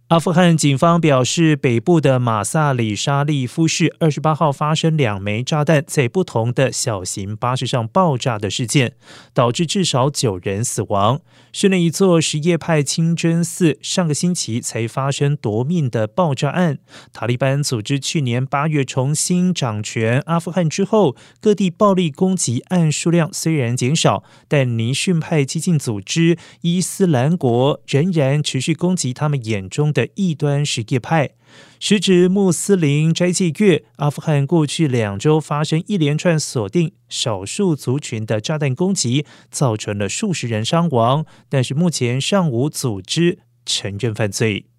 阿富汗警方表示，北部的马萨里沙利夫市28号发生2枚炸弹在不同的小型巴士上爆炸的事件，导致至少9人死亡。市内一座什叶派清真寺上个星期才发生夺命的爆炸案。塔利班组织去年8月重新掌权阿富汗之后，各地暴力攻击案数量虽然减少，但尼逊派激进组织伊斯兰国仍然持续攻击他们眼中的异端什叶派。时值穆斯林斋戒月，阿富汗过去2周发生一连串锁定少数族群的炸弹攻击，造成了数十人伤亡，但是目前尚无组织承认犯罪。